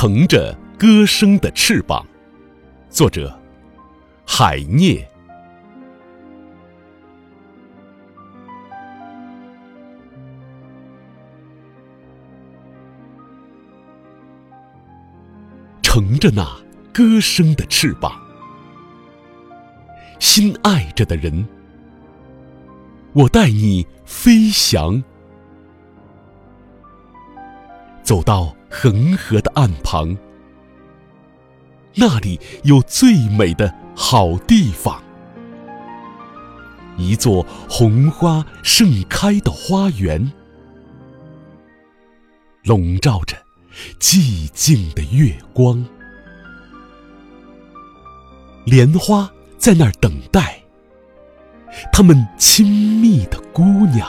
乘着歌声的翅膀，作者海涅。乘着那歌声的翅膀，心爱着的人，我带你飞翔，走到恒河的岸旁，那里有最美的好地方，一座红花盛开的花园，笼罩着寂静的月光，莲花在那儿等待她们亲密的姑娘。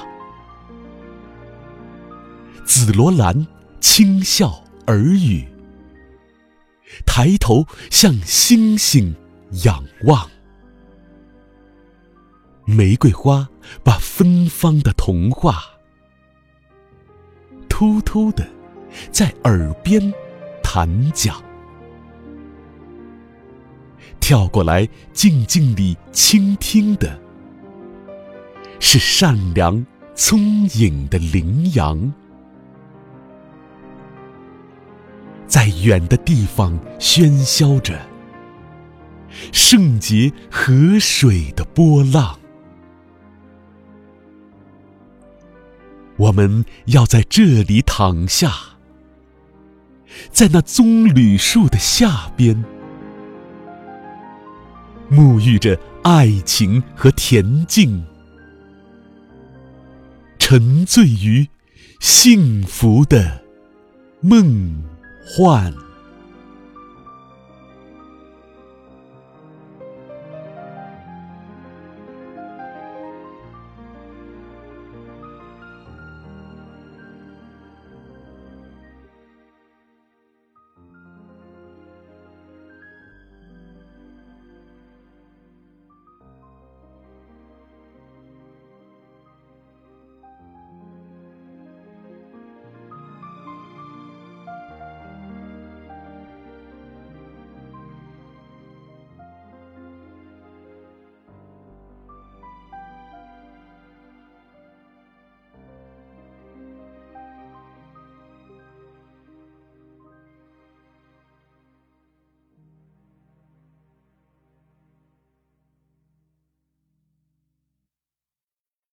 紫罗兰轻笑耳语，抬头向星星仰望。玫瑰花把芬芳的童话偷偷地在耳边弹讲，跳过来静静地倾听的是善良聪颖的羚羊。在远的地方喧嚣着圣洁河水的波浪，我们要在这里躺下，在那棕榈树的下边，沐浴着爱情和恬静，沉醉于幸福的梦幻。